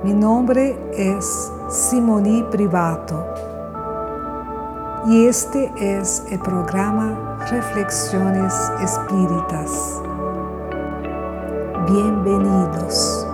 Mi nombre es Simoni Privato y este es el programa Reflexiones Espíritas. Bienvenidos.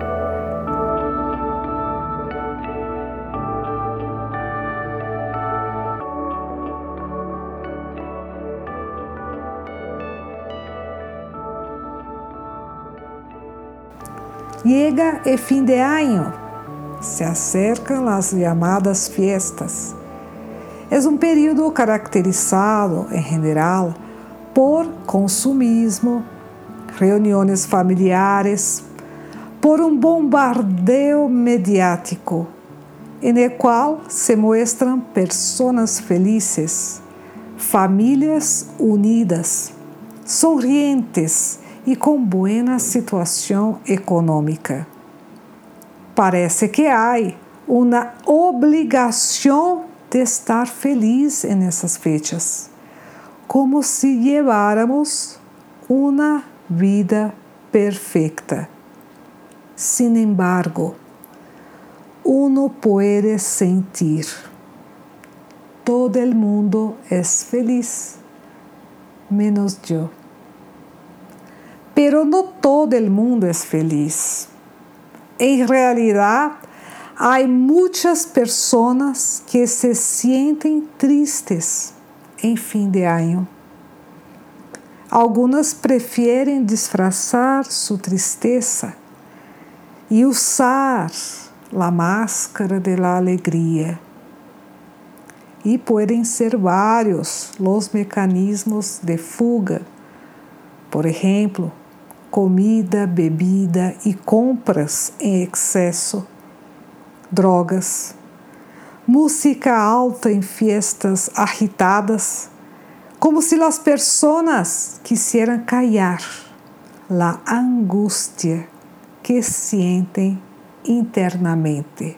Llega el fin de año, se acercan las llamadas fiestas. Es un período caracterizado, en general, por consumismo, reuniones familiares, por un bombardeo mediático, en el cual se muestran personas felices, familias unidas, sonrientes y con buena situación económica. Parece que hay una obligación de estar feliz en esas fechas, como si lleváramos una vida perfecta. Sin embargo, uno puede sentir, todo el mundo es feliz, menos yo. Pero no todo el mundo es feliz. En realidad, hay muchas personas que se sienten tristes en fin de año. Algunas prefieren disfrazar su tristeza y usar la máscara de la alegría. Y pueden ser varios los mecanismos de fuga. Por ejemplo, comida, bebida e compras em excesso, drogas, música alta em fiestas agitadas, como se as pessoas quisieran callar a angústia que sentem internamente.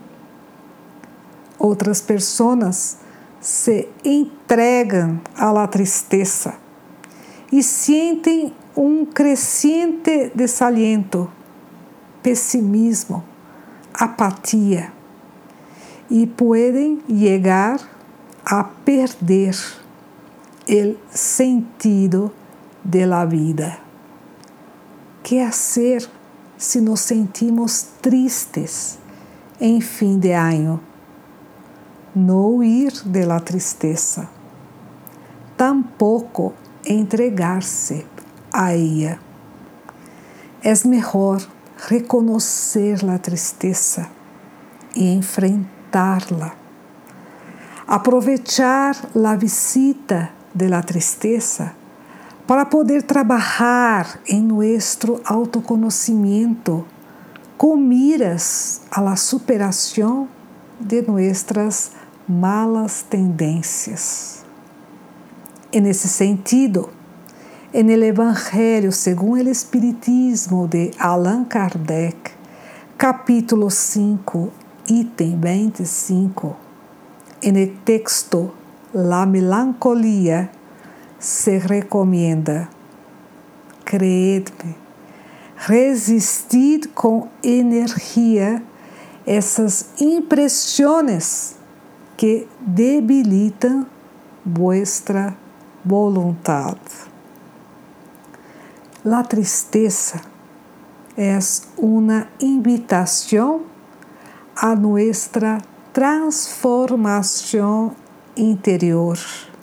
Outras pessoas se entregam à la tristeza e sentem um crescente desaliento, pessimismo, apatia e podem chegar a perder o sentido de la vida. Que fazer se nos sentimos tristes em fim de ano? Não huir de la tristeza, tampouco entregar-se a ella. Es mejor reconocer la tristeza y enfrentarla. Aprovechar la visita de la tristeza para poder trabajar en nuestro autoconocimiento con miras a la superación de nuestras malas tendencias. En ese sentido, en el Evangelio según el Espiritismo de Allan Kardec, capítulo 5, ítem 25, en el texto La melancolía, se recomienda: creedme, resistid con energía esas impresiones que debilitan vuestra voluntad. La tristeza es una invitación a nuestra transformación interior.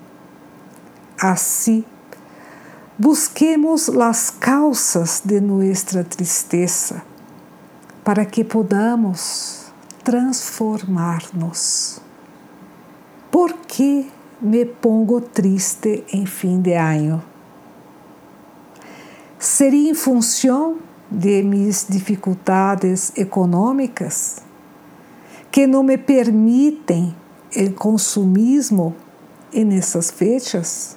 Así, busquemos las causas de nuestra tristeza para que podamos transformarnos. ¿Por qué me pongo triste en fin de año? ¿Sería en función de mis dificultades económicas que no me permiten el consumismo en esas fechas?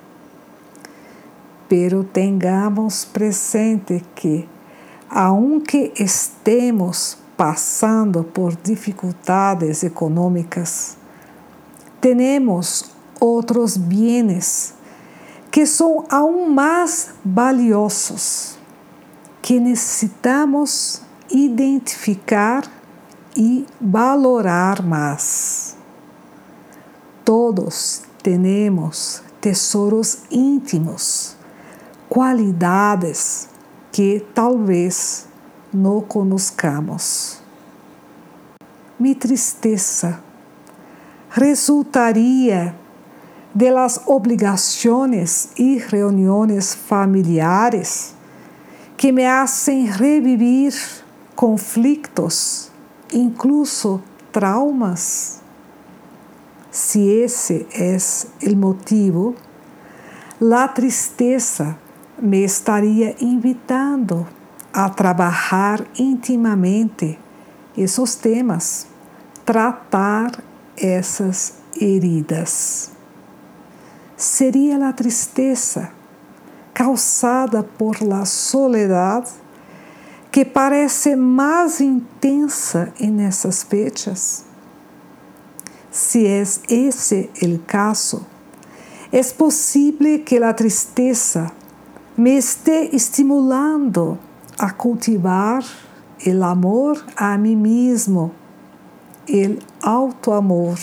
Pero tengamos presente que, aunque estemos pasando por dificultades económicas, tenemos otros bienes que são aún mais valiosos, que necessitamos identificar y valorar más. Todos tenemos tesoros íntimos, qualidades que talvez não conozcamos. Mi tristeza resultaria de las obligaciones y reuniones familiares que me hacen revivir conflictos, incluso traumas. Si ese es el motivo, la tristeza me estaría invitando a trabajar íntimamente esos temas, tratar essas heridas. Seria a tristeza causada por la soledad que parece mais intensa en essas fechas? Si es ese el caso, es posible que la tristeza me esté estimulando a cultivar el amor a mí mismo, el autoamor.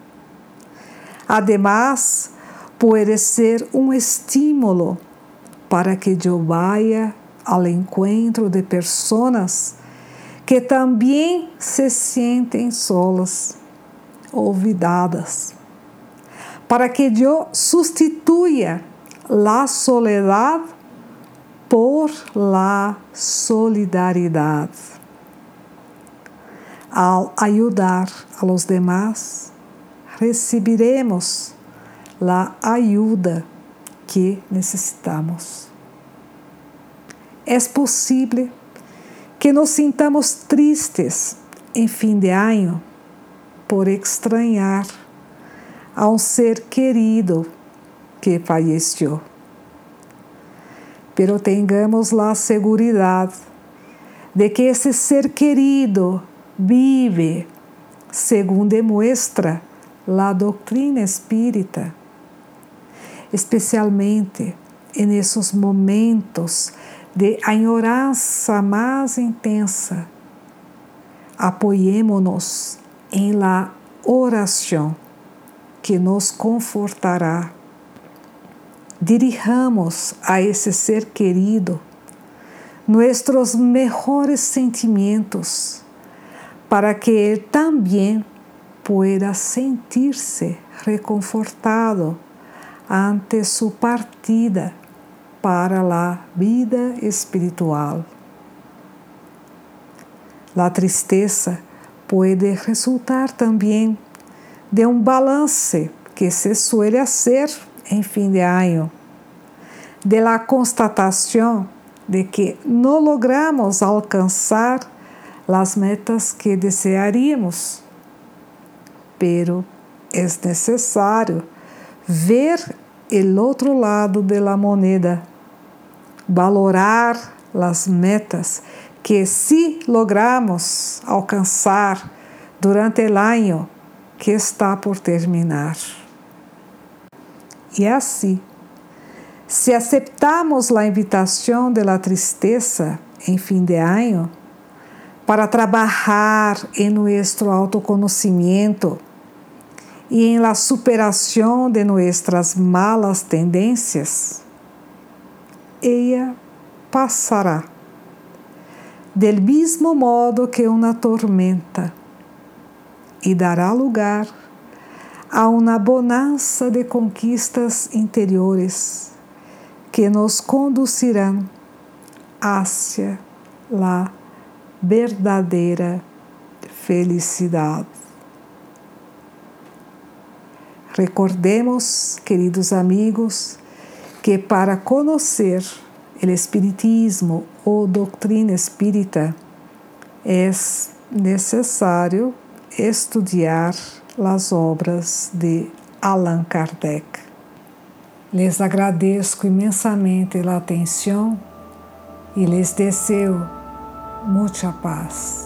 Además, puede ser un estímulo para que yo vaya al encuentro de personas que también se sienten solas, olvidadas, para que yo sustituya la soledad por la solidaridad. Al ayudar a los demás, recibiremos la ayuda que necesitamos. Es posible que nos sintamos tristes en fin de año por extrañar a un ser querido que falleció. Pero tengamos la seguridad de que ese ser querido vive, según demuestra la doctrina espírita, especialmente en esos momentos de añoranza más intensa. Apoyémonos en la oración que nos confortará. Dirijamos a ese ser querido nuestros mejores sentimientos para que él también pueda sentirse reconfortado ante su partida para la vida espiritual. La tristeza puede resultar también de un balance que se suele hacer en fin de año, de la constatación de que no logramos alcanzar las metas que desearíamos, pero es necesario ver el otro lado de la moneda, valorar las metas que sí logramos alcanzar durante el año que está por terminar. Y así, si aceptamos la invitación de la tristeza en fin de año para trabajar en nuestro autoconocimiento y en la superación de nuestras malas tendencias, ella pasará del mismo modo que una tormenta y dará lugar a una bonanza de conquistas interiores que nos conducirán hacia la verdadeira felicidad. Recordemos, queridos amigos, que para conocer el espiritismo o doctrina espírita es necesario estudiar las obras de Allan Kardec. Les agradezco imensamente a atenção e les deseo mucha paz.